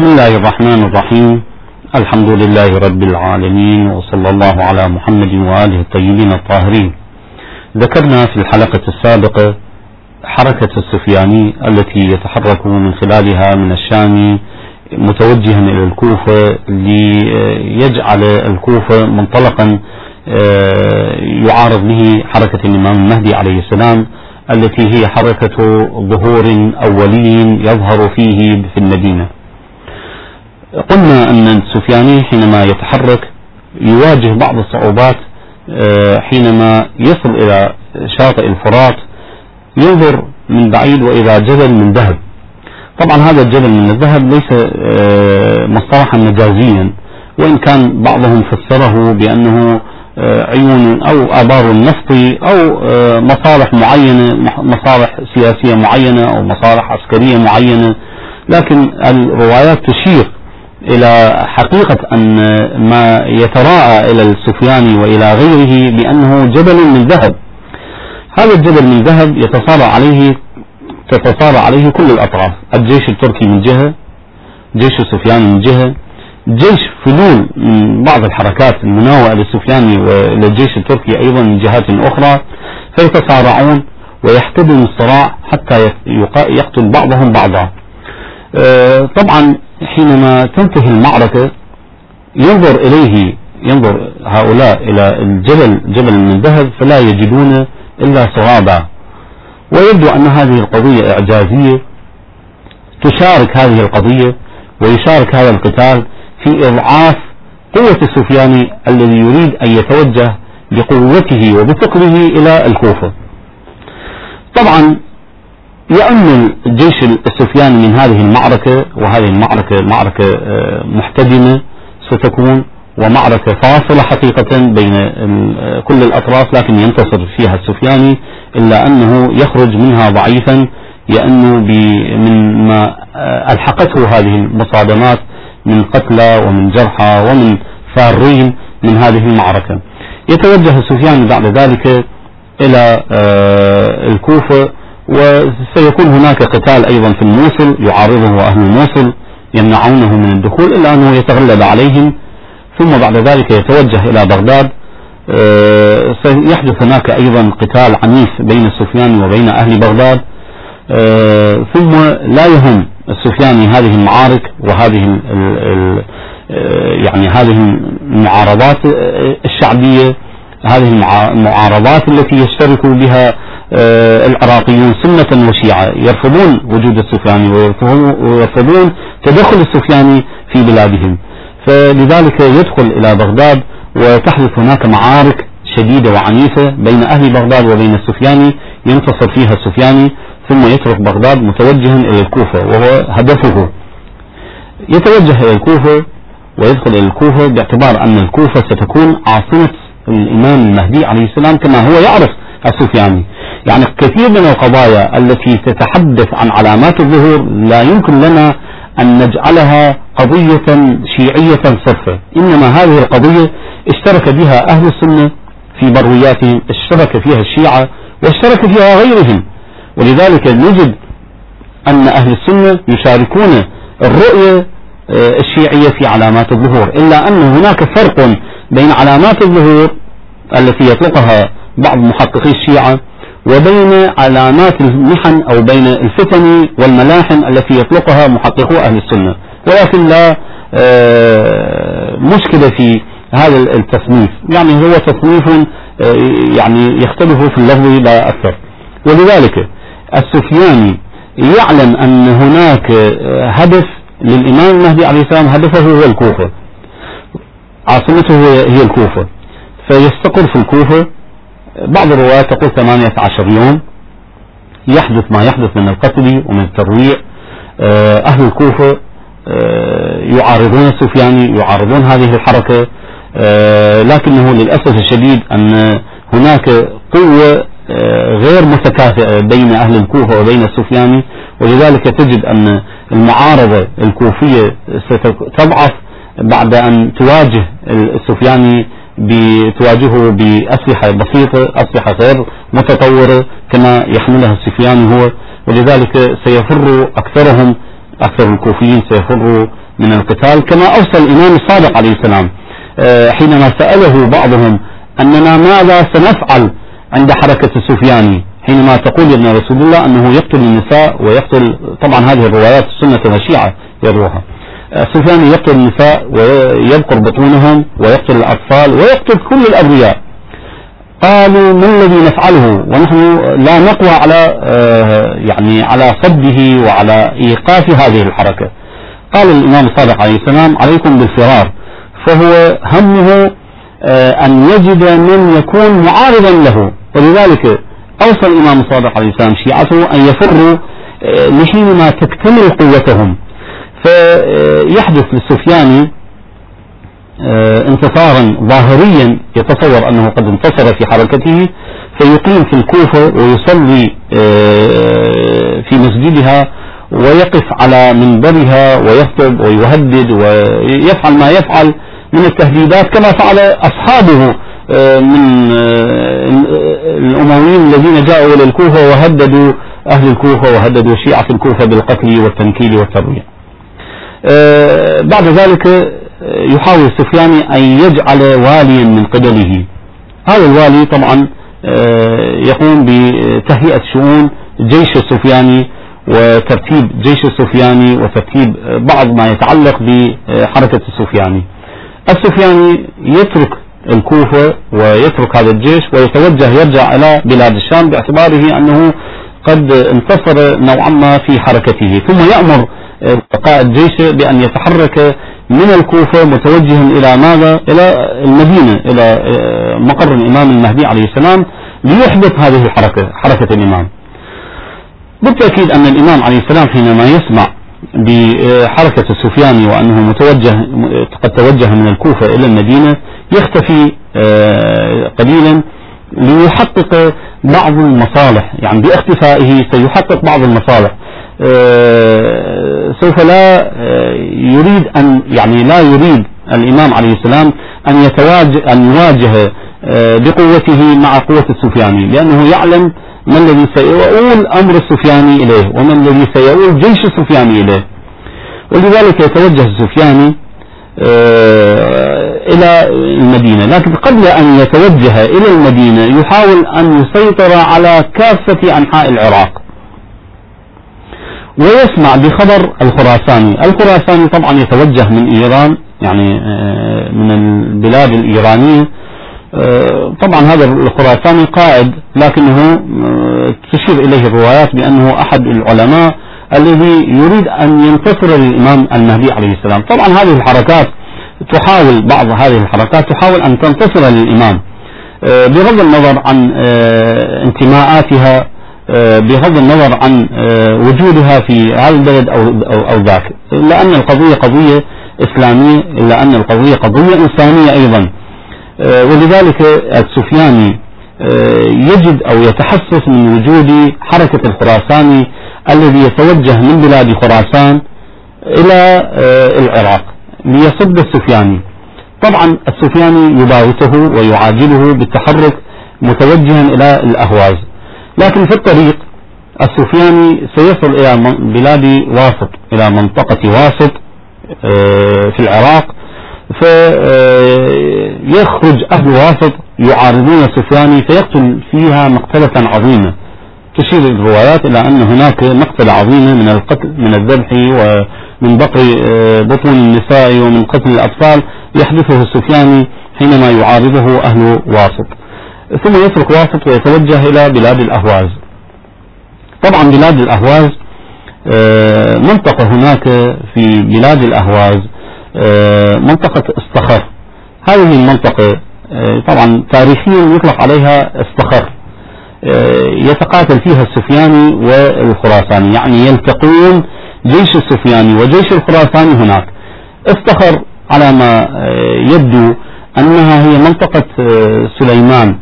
بسم الله الرحمن الرحيم. الحمد لله رب العالمين، وصلى الله على محمد وآله الطيبين الطاهرين. ذكرنا في الحلقة السابقة حركة السفياني التي يتحرك من خلالها من الشام متوجها إلى الكوفة ليجعل الكوفة منطلقا يعارض به حركة الإمام المهدي عليه السلام، التي هي حركة ظهور أولي يظهر فيه في المدينة. قلنا أن السفياني حينما يتحرك يواجه بعض الصعوبات حينما يصل إلى شاطئ الفرات، ينظر من بعيد وإذا جبل من ذهب. طبعا هذا الجبل من الذهب ليس مصطلحا مجازيا، وإن كان بعضهم فسره بأنه عيون أو آبار النفط أو مصالح معينة، مصالح سياسية معينة أو مصالح عسكرية معينة، لكن الروايات تشير إلى حقيقة أن ما يتراءى إلى السفياني وإلى غيره بأنه جبل من ذهب. هذا الجبل من ذهب تتصارع عليه كل الأطراف، الجيش التركي من جهة، جيش السفياني من جهة، جيش فلول من بعض الحركات المناوئة للسفياني وللجيش التركي أيضا من جهات أخرى، فيتصارعون ويحتدم الصراع حتى يقتل بعضهم بعضا. طبعا حينما تنتهي المعركة ينظر هؤلاء إلى جبل من ذهب فلا يجدون إلا سرابا، ويبدو أن هذه القضية إعجازية، تشارك هذه القضية ويشارك هذا القتال في إضعاف قوة السفياني الذي يريد أن يتوجه بقوته وبثقله إلى الكوفة. طبعا يأمل الجيش السفياني من هذه المعركة، وهذه المعركة معركة محتدمة ستكون، ومعركة فاصلة حقيقة بين كل الأطراف، لكن ينتصر فيها السفياني، إلا أنه يخرج منها ضعيفا، لأنه من ما ألحقته هذه المصادمات من قتلى ومن جرحى ومن فارين من هذه المعركة. يتوجه السفياني بعد ذلك إلى الكوفة، وسيكون هناك قتال أيضا في الموصل، يعارضه أهل الموصل يمنعونه من الدخول، إلا أنه يتغلب عليهم، ثم بعد ذلك يتوجه إلى بغداد. سيحدث هناك أيضا قتال عنيف بين السفياني وبين أهل بغداد، ثم لا يهم السفياني هذه المعارك وهذه هذه المعارضات الشعبية، هذه المعارضات التي يشترك بها العراقيون سنة وشيعة، يرفضون وجود السفياني ويرفضون تدخل السفياني في بلادهم، فلذلك يدخل إلى بغداد وتحدث هناك معارك شديدة وعنيفة بين أهل بغداد وبين السفياني، ينتصر فيها السفياني ثم يترك بغداد متوجها إلى الكوفة، وهو هدفه. يتوجه إلى الكوفة ويدخل إلى الكوفة باعتبار أن الكوفة ستكون عاصمة الإمام المهدي عليه السلام كما هو يعرف السفياني. يعني كثير من القضايا التي تتحدث عن علامات الظهور لا يمكن لنا أن نجعلها قضية شيعية صرفة، إنما هذه القضية اشترك بها أهل السنة في بروياتهم، اشترك فيها الشيعة واشترك فيها غيرهم، ولذلك نجد أن أهل السنة يشاركون الرؤية الشيعية في علامات الظهور، إلا أن هناك فرق بين علامات الظهور التي يطلقها بعض محققي الشيعة وبين علامات المحن أو بين الفتن والملاحن التي يطلقها محققو أهل السنة، ولكن لا مشكلة في هذا التصنيف، يعني هو تصنيف يختلف في اللفظ لا أكثر. ولذلك السفياني يعلم أن هناك هدف للإمام المهدي عليه السلام، هدفه هو الكوفة، عاصمته هي الكوفة، فيستقر في الكوفة. بعض الروايات تقول 18 يوم يحدث ما يحدث من القتل ومن الترويع. أهل الكوفة يعارضون السفياني، يعارضون هذه الحركة، لكنه للأسف الشديد أن هناك قوة غير متكافئة بين أهل الكوفة وبين السفياني، ولذلك تجد أن المعارضة الكوفية ستضعف بعد أن تواجه السفياني تواجهه بأسلحة بسيطة، أسلحة غير متطورة كما يحملها السفياني هو، ولذلك سيفر أكثر الكوفيين سيفروا من القتال، كما أوصى الإمام الصادق عليه السلام حينما سأله بعضهم أننا ماذا سنفعل عند حركة السفياني، حينما تقول ابن رسول الله أنه يقتل النساء ويقتل، طبعا هذه الروايات السنة والشيعة يروها، السفياني يقتل النساء ويبقر بطونهم ويقتل الأطفال ويقتل كل الأبرياء. قالوا ما الذي نفعله ونحن لا نقوى على على صده وعلى إيقاف هذه الحركة؟ قال الإمام الصادق عليه السلام عليكم بالفرار، فهو همه أن يجد من يكون معارضا له، ولذلك أوصى الإمام الصادق عليه السلام شيعته أن يفروا لحينما تكتمل قوتهم، فيحدث للسفياني انتصارا ظاهريا يتصور أنه قد انتصر في حركته، فيقيم في الكوفة ويصلي في مسجدها ويقف على منبرها ويخطب ويهدد ويفعل ما يفعل من التهديدات، كما فعل أصحابه من الأمويين الذين جاءوا إلى الكوفة وهددوا أهل الكوفة وهددوا شيعة الكوفة بالقتل والتنكيل والترويع. بعد ذلك يحاول السفياني أن يجعل واليا من قبله. هذا الوالي طبعا يقوم بتهيئة شؤون جيش السفياني وترتيب جيش السفياني وترتيب بعض ما يتعلق بحركة السفياني. السفياني يترك الكوفة ويترك هذا الجيش ويتوجه يرجع إلى بلاد الشام باعتباره أنه قد انتصر نوعا ما في حركته، ثم يأمر قائد جيشه بأن يتحرك من الكوفة متوجها إلى ماذا؟ إلى المدينة، إلى مقر الإمام المهدي عليه السلام ليحدث هذه الحركة، حركة الإمام. بالتأكيد أن الإمام عليه السلام حينما يسمع بحركة السفياني وأنه قد توجه من الكوفة إلى المدينة يختفي قليلا ليحقق بعض المصالح، يعني باختفائه سيحقق بعض المصالح. سوف لا يريد أن لا يريد الإمام عليه السلام أن يواجه بقوته مع قوة السفياني، لأنه يعلم ما الذي سيؤول أمر السفياني إليه وما الذي سيؤول جيش السفياني إليه، ولذلك يتوجه السفياني إلى المدينة. لكن قبل أن يتوجه إلى المدينة يحاول أن يسيطر على كافة أنحاء العراق، ويسمع بخبر الخراساني طبعا يتوجه من إيران، يعني من البلاد الإيرانية. طبعا هذا الخراساني قائد، لكنه تشير إليه الروايات بأنه أحد العلماء الذي يريد أن ينتصر للإمام المهدي عليه السلام. طبعا هذه الحركات بعض هذه الحركات تحاول أن تنتصر للإمام بغض النظر عن انتماءاتها، بغض النظر عن وجودها في هذا البلد أو ذاك، إلا أن القضية قضية إسلامية، إلا أن القضية قضية إنسانية أيضا. ولذلك السفياني يجد أو يتحسس من وجود حركة الخراساني الذي يتوجه من بلاد خراسان إلى العراق ليصد السفياني. طبعا السفياني يباوته ويعاجله بالتحرك متوجها إلى الأهواز، لكن في الطريق السفياني سيصل إلى بلاد واسط، إلى منطقة واسط في العراق، فيخرج أهل واسط يعارضون السفياني فيقتل فيها مقتلة عظيمة. تشير الروايات إلى أن هناك مقتلة عظيمة من القتل، من الذبح ومن بقر بطون النساء ومن قتل الأطفال يحدثه السفياني حينما يعارضه أهل واسط، ثم يترك واسط ويتوجه إلى بلاد الأهواز. طبعا بلاد الأهواز منطقة هناك في بلاد الأهواز منطقة استخر. هذه المنطقة طبعا تاريخيا يطلق عليها استخر، يتقاتل فيها السفياني والخراساني، يعني يلتقون جيش السفياني وجيش الخراساني هناك. استخر على ما يبدو أنها هي منطقة سليمان.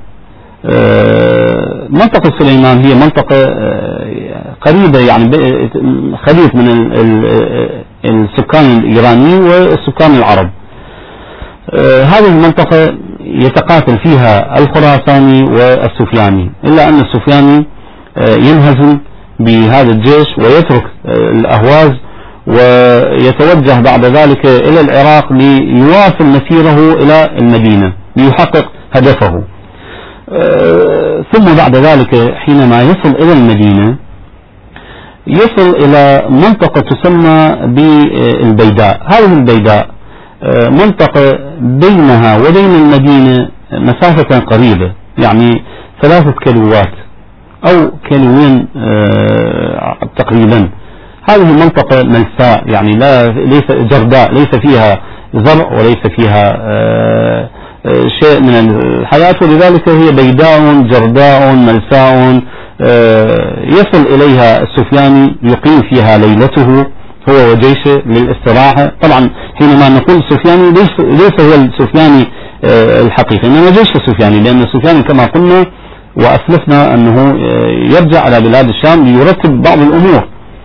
منطقة سليمان هي منطقة قريبة، يعني خليط من السكان الإيرانيين والسكان العرب. هذه المنطقة يتقاتل فيها الخراساني والسفياني، إلا أن السفياني ينهزم بهذا الجيش ويترك الأهواز ويتوجه بعد ذلك إلى العراق ليواصل مسيره إلى المدينة ليحقق هدفه. ثم بعد ذلك حينما يصل إلى المدينة يصل إلى منطقة تسمى بالبيداء. هذه البيداء منطقة بينها وبين المدينة مسافة قريبة، يعني 3 كيلوات أو كيلوين تقريبا. هذه المنطقة ملساء، يعني ليس جرداء، ليس فيها زرع وليس فيها شيء من الحياة، ولذلك هي بيداء جرداء ملساء يصل إليها السفياني يقيم فيها ليلته هو وجيشه للاستراحة. طبعا حينما نقول السفياني ليس هو السفياني الحقيقي، إنما جيش السفياني، لأن السفياني كما قلنا وأسلفنا أنه يرجع إلى بلاد الشام ليرتب بعض الأمور،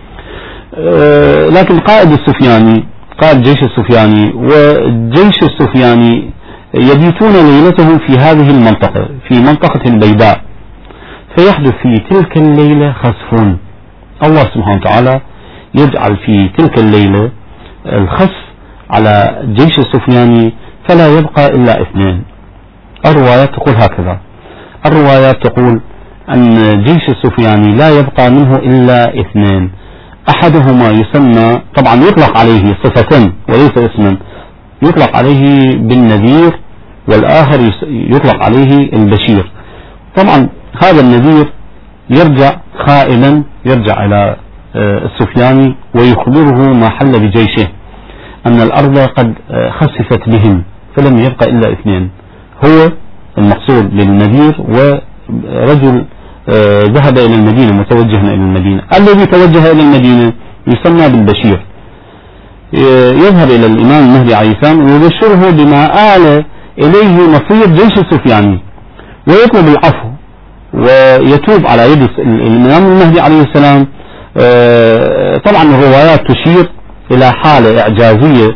لكن قائد السفياني، قائد جيش السفياني وجيش السفياني يبيتون ليلتهم في هذه المنطقة، في منطقة البيداء. فيحدث في تلك الليلة خسف. الله سبحانه وتعالى يجعل في تلك الليلة الخسف على جيش السفياني، فلا يبقى إلا 2. الروايات تقول هكذا، الروايات تقول أن جيش السفياني لا يبقى منه إلا 2. أحدهما يسمى، طبعا يطلق عليه صفة وليس اسما، يطلق عليه بالنذير، والآخر يطلق عليه البشير. طبعا هذا النذير يرجع خائلا، يرجع إلى السفياني ويخبره ما حل بجيشه أن الأرض قد خسفت بهم، فلم يبقى إلا 2، هو المقصود بالنذير ورجل ذهب إلى المدينة متوجها إلى المدينة. الذي توجه إلى المدينة يسمى بالبشير، يذهب إلى الإمام المهدي عليه السلام ويبشره بما آل إليه مصير جيش السفياني ويطلب العفو ويتوب على يد الإمام المهدي عليه السلام. طبعا الروايات تشير إلى حالة إعجازية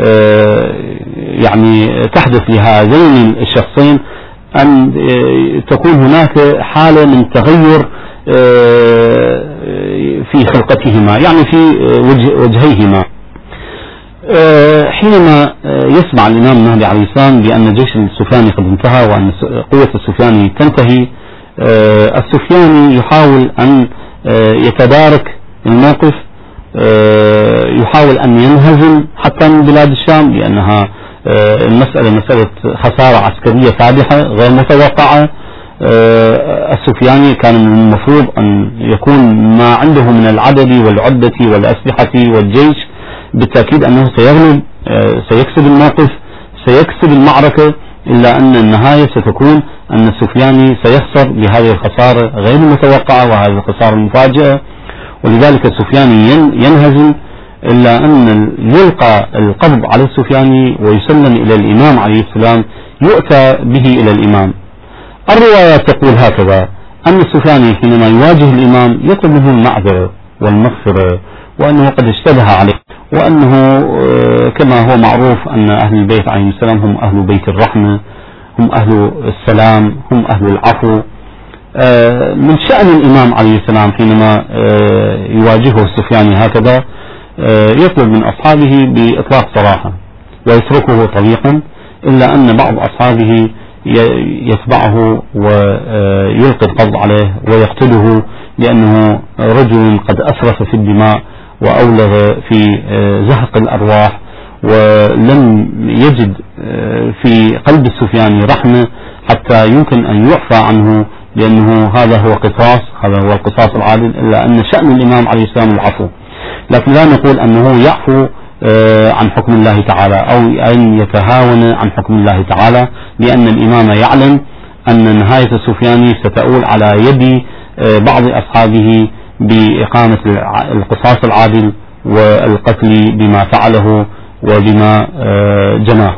يعني تحدث لهذين الشخصين، أن تكون هناك حالة من تغير في خلقتهما، يعني في وجهيهما. حينما يسمع الإمام المهدي عليه السلام بأن جيش السفياني قد انتهى وأن قوة السفياني تنتهي، السفياني يحاول أن يتدارك الموقف، يحاول أن ينهزم حتى من بلاد الشام، لأنها المسألة مسألة خسارة عسكرية فادحة غير متوقعة. السفياني كان من المفروض أن يكون ما عنده من العدد والعدة والأسلحة والجيش بالتأكيد أنه سيغلب، سيكسب الموقف، سيكسب المعركة، إلا أن النهاية ستكون أن السفياني سيخسر بهذه الخسارة غير المتوقعة وهذه الخسارة المفاجئة. ولذلك السفياني ينهزم، إلا أن يلقى القبض على السفياني ويسلم إلى الإمام عليه السلام، يؤتى به إلى الإمام. الروايات تقول هكذا، أن السفياني حينما يواجه الإمام يطلب منه المعذرة والمغفرة، وأنه قد اشتبه عليه، وأنه كما هو معروف أن أهل البيت عليهم السلام هم أهل بيت الرحمة، هم أهل السلام، هم أهل العفو. من شأن الإمام عليه السلام حينما يواجهه السفياني هكذا يطلب من أصحابه بإطلاق صراحة ويتركه طليقا، إلا أن بعض أصحابه يتبعه ويلقي القبض عليه ويقتله، لأنه رجل قد أسرف في الدماء وأولغ في زهق الأرواح، ولم يجد في قلب السفياني رحمة حتى يمكن أن يعفى عنه، لأنه هذا هو قصاص، هذا هو القصاص العادل. إلا أن شأن الإمام عليه السلام العفو، لكن لا نقول أنه يعفو عن حكم الله تعالى أو أن يتهاون عن حكم الله تعالى، لأن الإمام يعلم أن نهاية السفياني ستؤول على يد بعض أصحابه بإقامة القصاص العادل والقتل بما فعله وبما جناه.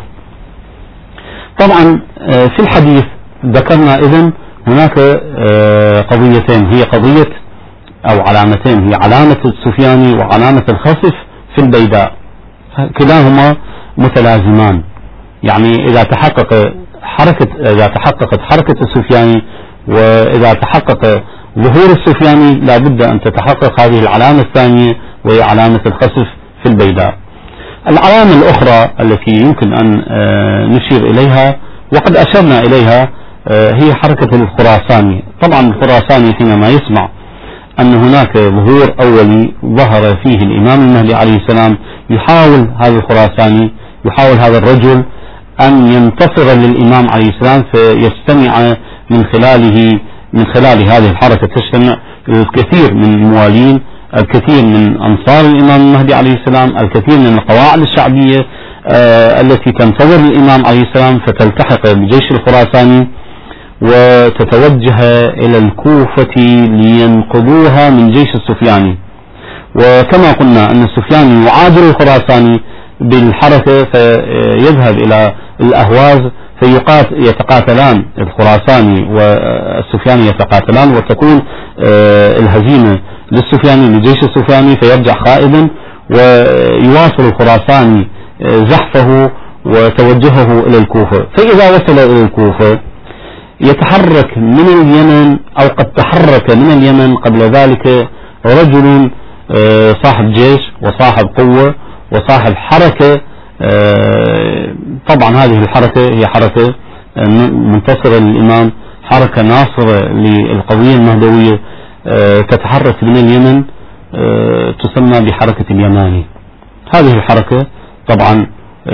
طبعا في الحديث ذكرنا إذن هناك قضيتين، هي قضية أو علامتين، هي علامة السفياني وعلامة الخسف في البيداء، كلاهما متلازمان. يعني إذا تحققت حركة السفياني وإذا تحقق ظهور السفياني، لا بد أن تتحقق هذه العلامة الثانية وهي علامة الخسف في البيداء. العلامة الأخرى التي يمكن أن نشير إليها وقد أشرنا إليها هي حركة الخراساني. طبعا الخراساني حينما يسمع أن هناك ظهور أولي ظهر فيه الإمام المهدي عليه السلام، يحاول هذا الخراساني، يحاول هذا الرجل أن ينتصر للإمام عليه السلام، فيجتمع من خلال هذه الحركة تجتمع الكثير من الموالين، الكثير من أنصار الإمام المهدي عليه السلام، الكثير من القواعد الشعبية التي تنتظر الإمام عليه السلام، فتلتحق بجيش الخراساني وتتوجه إلى الكوفة لينقذوها من جيش السفياني. وكما قلنا أن السفياني يعادل الخراساني بالحركة، فيذهب إلى الأهواز فيتقاتلان، الخراساني والسفياني يتقاتلان، وتكون الهزيمة للسفياني لجيش السفياني، فيرجع خائبا، ويواصل الخراساني زحفه وتوجهه إلى الكوفة. فإذا وصل إلى الكوفة يتحرك من اليمن، أو قد تحرك من اليمن قبل ذلك، رجل صاحب جيش وصاحب قوة وصاحب حركة. طبعا هذه الحركة هي حركة منتصرة للإمام، حركة ناصرة للقضية المهدوية، تتحرك من اليمن، تسمى بحركة اليماني. هذه الحركة طبعا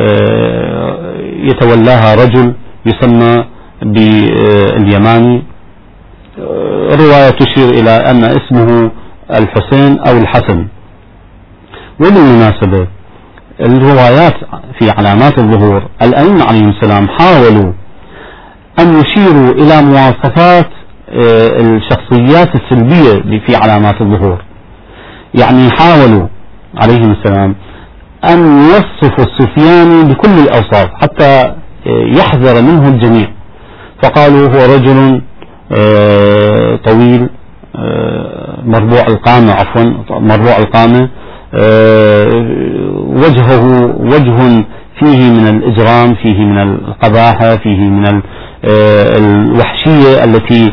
يتولاها رجل يسمى باليماني. الرواية تشير إلى أن اسمه الحسين أو الحسن. وبالمناسبة الروايات في علامات الظهور الأئمة عليهم السلام حاولوا أن يشيروا إلى مواصفات الشخصيات السلبية في علامات الظهور، يعني حاولوا عليهم السلام أن يوصفوا السفياني بكل الأوصاف حتى يحذر منه الجميع. فقالوا هو رجل طويل مربوع القامة، وجهه وجه فيه من الإجرام، فيه من القباحة، فيه من الوحشية التي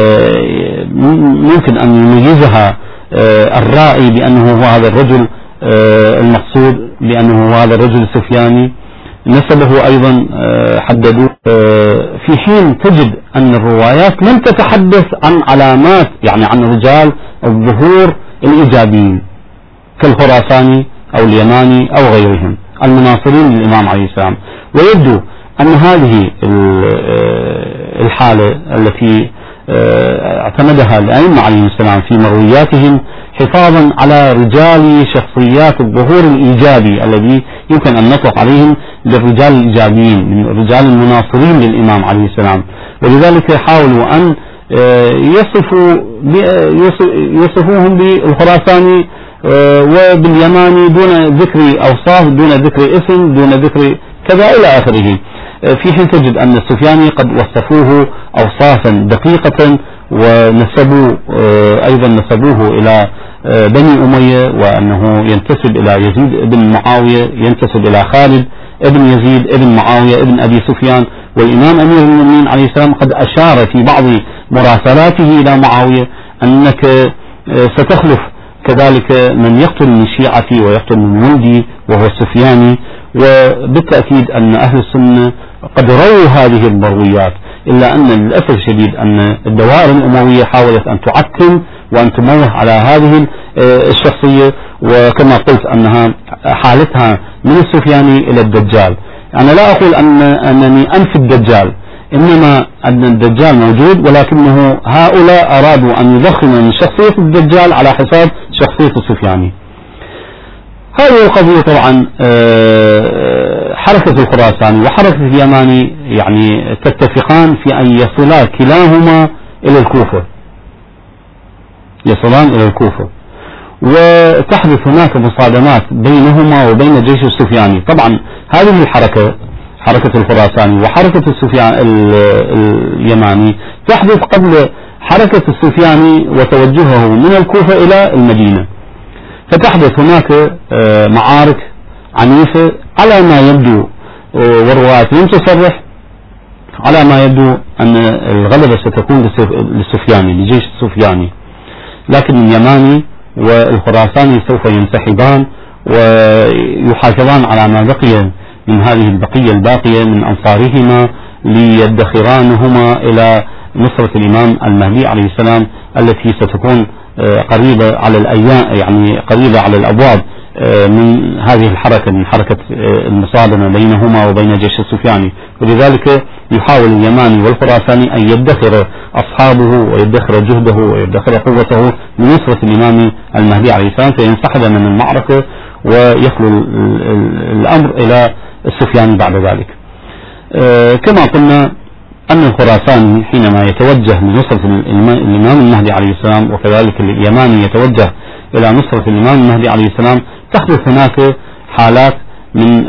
ممكن أن يميزها الرائي بأنه هو هذا الرجل المقصود، بأنه هو هذا الرجل السفياني. نسبه أيضا حددوه، في حين تجد أن الروايات لم تتحدث عن علامات، يعني عن رجال الظهور الإيجابيين كالخراساني أو اليماني أو غيرهم المناصرين للإمام عليه السلام. ويبدو أن هذه الحالة التي اعتمدها الأئمة عليهم السلام في مروياتهم حفاظا على رجال شخصيات الظهور الإيجابي الذي يمكن أن نطلق عليهم للرجال الإيجابيين من الرجال المناصرين للإمام عليه السلام. ولذلك حاولوا أن يصفوهم بالخراساني وباليماني دون ذكر أوصاف، دون ذكر اسم، دون ذكر كذا إلى آخره، في حين تجد أن السفياني قد وصفوه أوصافا دقيقة، ونسبوا أيضا نسبوه إلى بني أمية، وأنه ينتسب إلى يزيد بن معاوية، ينتسب إلى خالد ابن يزيد ابن معاوية ابن أبي سفيان. والإمام أمير المؤمنين عليه السلام قد أشار في بعض مراسلاته إلى معاوية أنك ستخلف كذلك من يقتل من شيعتي ويقتل من ولدي وهو السفياني. وبالتأكيد أن أهل السنة قد رووا هذه المرويات، إلا أن للأسف الشديد أن الدوائر الأموية حاولت أن تعتم وأن تموه على هذه الشخصية، وكما قلت أنها حالتها من السفياني إلى الدجال. أنا لا أقول أنني أنفي الدجال، إنما أن الدجال موجود، ولكنه هؤلاء أرادوا أن يضخموا من شخصية الدجال على حساب شخصية السفياني. هذه القضية طبعا حركة الخراساني وحركة اليماني يعني تتفقان في أن يصلا كلاهما إلى الكوفة، يصلان إلى الكوفة، وتحدث هناك مصادمات بينهما وبين الجيش السفياني. طبعا هذه الحركة، حركة الخراساني وحركة اليماني، تحدث قبل حركة السفياني وتوجهه من الكوفة إلى المدينة، فتحدث هناك معارك عنيفة على ما يبدو، والروايات لم تصرح، على ما يبدو أن الغلبة ستكون للسفياني، لجيش السفياني، لكن اليماني والخراساني سوف ينسحبان ويحافظان على ما بقي من هذه البقية الباقية من أنصارهما ليدخرانهما إلى نصرة الإمام المهدي عليه السلام التي ستكون قريبة على الأيام، يعني قريبة على الأبواب من هذه الحركة، من حركة المصادمة بينهما وبين جيش السفياني. ولذلك يحاول اليماني والخراساني أن يدخر أصحابه ويدخر جهده ويدخر قوته لنصرة الإمام المهدي عليه السلام فينسحب من المعركة ويخلو الأمر إلى السفياني بعد ذلك. كما قلنا أن الخراساني حينما يتوجه لنصرة الإمام المهدي عليه السلام وكذلك اليماني يتوجه إلى نصرة الإمام المهدي عليه السلام تحدث هناك حالات من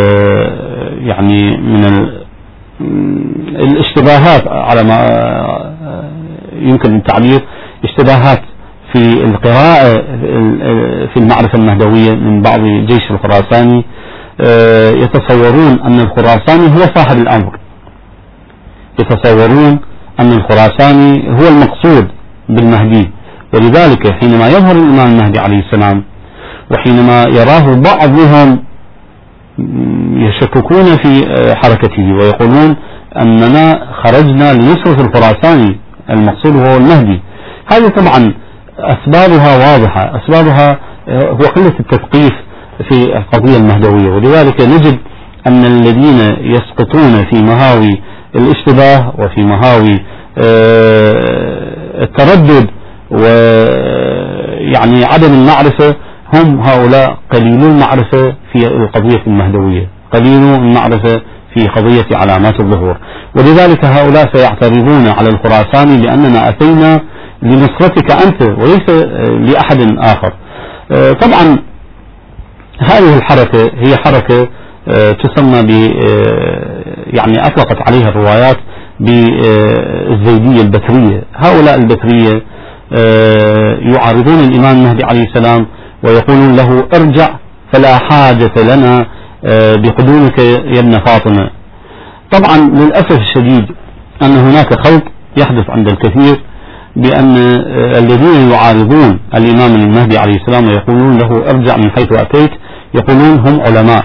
يعني من الاشتباهات على ما يمكن التعبير، اشتباهات في القراءة في المعرفة المهدوية من بعض جيش الخراساني، يتصورون أن الخراساني هو صاحب الأمر، يتصورون أن الخراساني هو المقصود بالمهدي. ولذلك حينما يظهر الإمام المهدي عليه السلام وحينما يراه بعضهم يشككون في حركته ويقولون أننا خرجنا لنصرة الخراساني المقصود هو المهدي، هذه طبعا أسبابها واضحة، أسبابها هو قلة التثقيف في القضية المهدوية. ولذلك نجد أن الذين يسقطون في مهاوي الاشتباه وفي مهاوي التردد ويعني عدم المعرفة هم هؤلاء قليلو المعرفة في القضية المهدوية، قليلو المعرفة في قضية علامات الظهور. ولذلك هؤلاء سيعترضون على الخراساني لأننا أتينا لنصرتك أنت وليس لأحد آخر. طبعا هذه الحركة هي حركة تسمى يعني أطلقت عليها الروايات بالزيدية البترية. هؤلاء البترية يعارضون الإمام المهدي عليه السلام ويقولون له ارجع فلا حاجة لنا بقدومك يا ابن فاطمة. طبعا للأسف الشديد أن هناك خلط يحدث عند الكثير بأن الذين يعارضون الإمام المهدي عليه السلام ويقولون له ارجع من حيث أتيت يقولون هم علماء.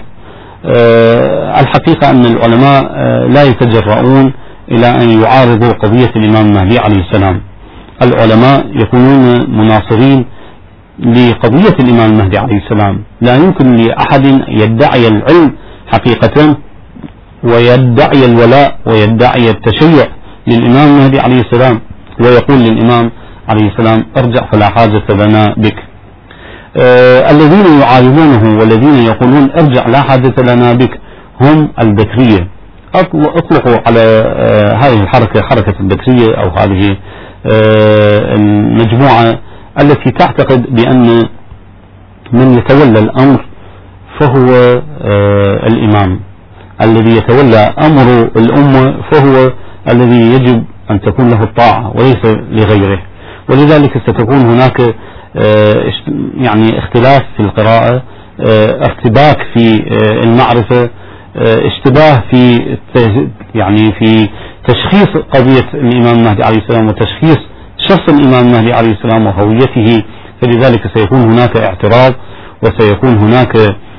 الحقيقة أن العلماء لا يتجرؤون إلى أن يعارضوا قضية الإمام المهدي عليه السلام. العلماء يكونون مناصرين لقضية الإمام المهدي عليه السلام. لا يمكن لأحد يدعي العلم حقيقة ويدعي الولاء ويدعي التشيع للإمام المهدي عليه السلام ويقول للإمام عليه السلام ارجع فلا حاجة لنا بك. الذين يعارضونه والذين يقولون ارجع لا حاجة لنا بك هم البكرية. اطلقوا على هذه الحركة حركة البكرية أو هذه المجموعة التي تعتقد بأن من يتولى الأمر فهو الإمام، الذي يتولى أمر الأمة فهو الذي يجب أن تكون له الطاعة وليس لغيره. ولذلك ستكون هناك يعني اختلاف في القراءة، ارتباك في المعرفة، اشتباه في يعني في تشخيص قضية الإمام المهدي عليه السلام وتشخيص شخص الإمام المهدي عليه السلام وهويته. فلذلك سيكون هناك اعتراض وسيكون هناك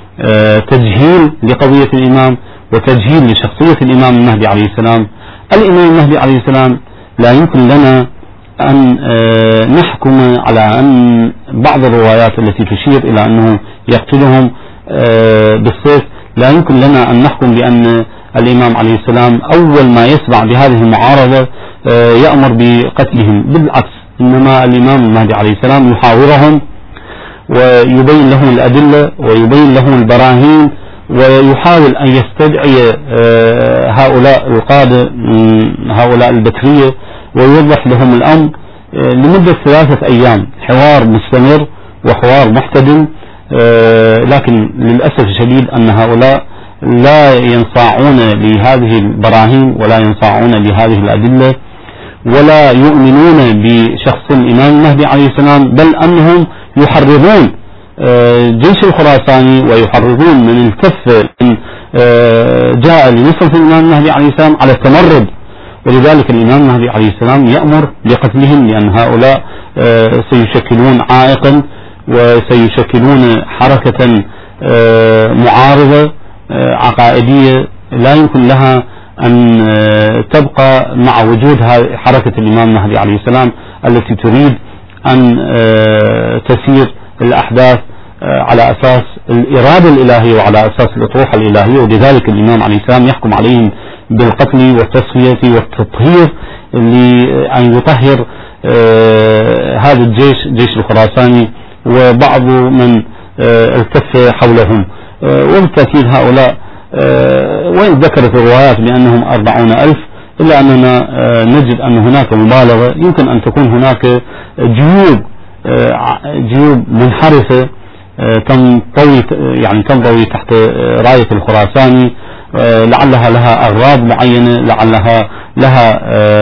تجهيل لقضية الإمام وتجهيل لشخصية الإمام المهدي عليه السلام. الإمام المهدي عليه السلام لا يمكن لنا أن نحكم على أن بعض الروايات التي تشير إلى أنه يقتلهم بالسيف، لا يمكن لنا أن نحكم بأن الإمام عليه السلام أول ما يسمع بهذه المعارضة يأمر بقتلهم. بالعكس، إنما الإمام المهدي عليه السلام يحاورهم ويبين لهم الأدلة ويبين لهم البراهين ويحاول أن يستدعي هؤلاء القادة هؤلاء البكرية ويوضح لهم الأمر لمدة 3 أيام، حوار مستمر وحوار محتدم. لكن للأسف الشديد أن هؤلاء لا ينصاعون لهذه البراهين ولا ينصاعون لهذه الأدلة ولا يؤمنون بشخص الإمام المهدي عليه السلام، بل أنهم يحرضون جيش الخراساني ويحرضون من الكف من جاء لنصرة الإمام المهدي عليه السلام على التمرد. ولذلك الإمام المهدي عليه السلام يأمر بقتلهم لأن هؤلاء سيشكلون عائقا وسيشكلون حركة معارضة عقائدية لا يمكن لها أن تبقى مع وجود حركة الإمام المهدي عليه السلام التي تريد أن تسير الأحداث على أساس الإرادة الإلهية وعلى أساس الأطروحة الإلهية. ولذلك الإمام عليه السلام يحكم عليهم بالقتل والتصفية والتطهير لأن يطهر هذا الجيش، جيش الخراساني وبعض من التف حولهم. وبالتأكيد هؤلاء وإن ذكرت الروايات بأنهم 40,000 إلا أننا نجد أن هناك مبالغة، يمكن أن تكون هناك جيوب منحرفة تنضوي تحت راية الخراساني، لعلها لها أغراض معينة، لعلها لها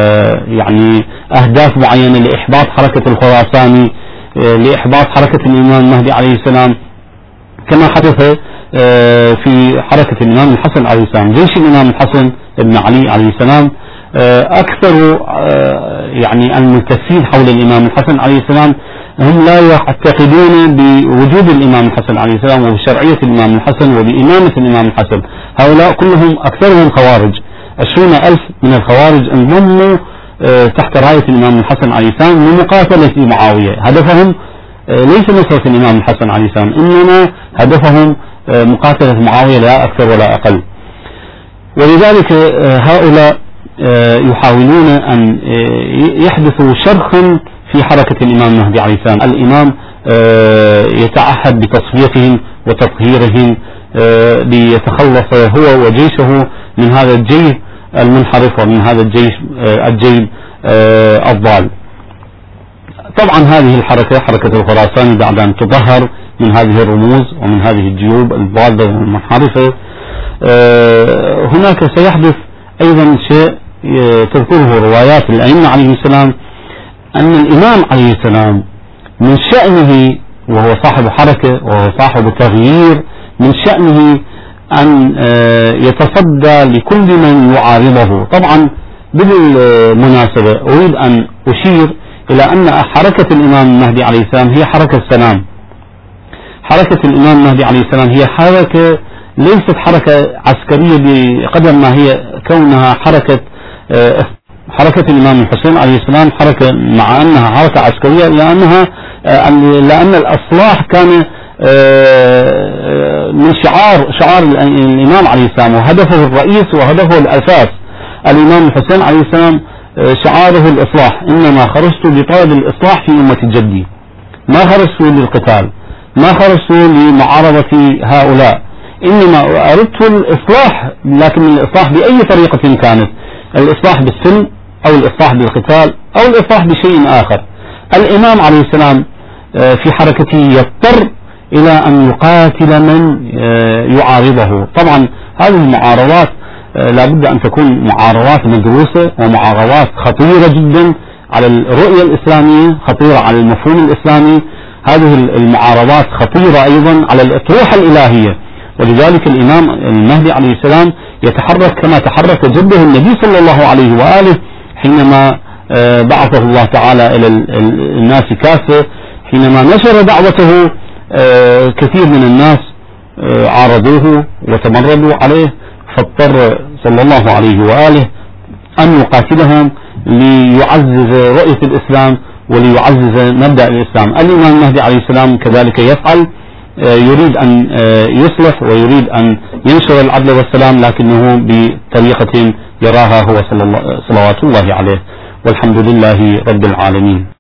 أهداف معينة لإحباط حركة الخراساني، لإحباط حركة الإمام المهدي عليه السلام، كما حدث في حركة الإمام الحسن عليه السلام. جيش الإمام الحسن بن علي عليه السلام أكثر الملتفين حول الإمام الحسن عليه السلام هم لا يعتقدون بوجود الإمام الحسن عليه السلام وبشرعية الإمام الحسن وبإمامة الإمام الحسن. هؤلاء كلهم أكثرهم خوارج. 20,000 من الخوارج انضموا تحت راية الإمام الحسن عليه السلام لمقاتلة معاوية. هدفهم ليس نصرة الإمام الحسن عليه السلام، إنما هدفهم مقاتلة معاوية لا أكثر ولا أقل. ولذلك هؤلاء يحاولون أن يحدثوا شرخا في حركة الإمام المهدي عليه السلام. الإمام يتعهد بتصفيتهم وتطهيرهم ليتخلص هو وجيشه من هذا الجيش المنحرف ومن هذا الجيل الضال. طبعا هذه الحركة، حركة الخراساني، بعد أن تظهر من هذه الرموز ومن هذه الجيوب الضالة والمنحرفة، هناك سيحدث أيضا شيء تذكره روايات الأئمة عليه السلام، أن الإمام عليه السلام من شأنه وهو صاحب حركة وهو صاحب تغيير، من شأنه أن يتصدى لكل من يعارضه. طبعا بالمناسبة أريد أن أشير إلى أن حركة الإمام المهدي عليه السلام هي حركة سلام. حركة الإمام المهدي عليه السلام هي حركة ليست حركة عسكرية بقدر ما هي كونها حركة الإمام الحسين عليه السلام حركة، مع أنها حركة عسكرية، لأن الإصلاح كان من شعار الإمام عليه السلام وهدفه الرئيس وهدفه الأساس. الإمام الحسين عليه السلام شعاره الإصلاح، إنما خرجت بطلب الإصلاح في أمة جدي، ما خرجت للقتال، ما خرجت لمعارضة هؤلاء، إنما أردت الإصلاح، لكن الإصلاح بأي طريقة كانت، الإصلاح بالسلم أو الإصلاح بالقتال أو الإصلاح بشيء آخر. الإمام عليه السلام في حركته يضطر إلى أن يقاتل من يعارضه. طبعا هذه المعارضات لا بد أن تكون معارضات مدروسة ومعارضات خطيرة جدا على الرؤية الإسلامية، خطيرة على المفهوم الإسلامي. هذه المعارضات خطيرة أيضا على الأطروحة الإلهية. ولذلك الإمام المهدي عليه السلام يتحرك كما تحرك جده النبي صلى الله عليه وآله حينما بعثه الله تعالى إلى الناس كافة. حينما نشر دعوته كثير من الناس عارضوه وتمردوا عليه، فاضطر صلى الله عليه وآله أن يقاتلهم ليعزز رؤية الإسلام وليعزز مبدأ الإسلام. الإمام المهدي عليه السلام كذلك يفعل، يريد أن يصلح ويريد أن ينشر العدل والسلام، لكنه بطريقة يراها هو صلوات الله عليه. والحمد لله رب العالمين.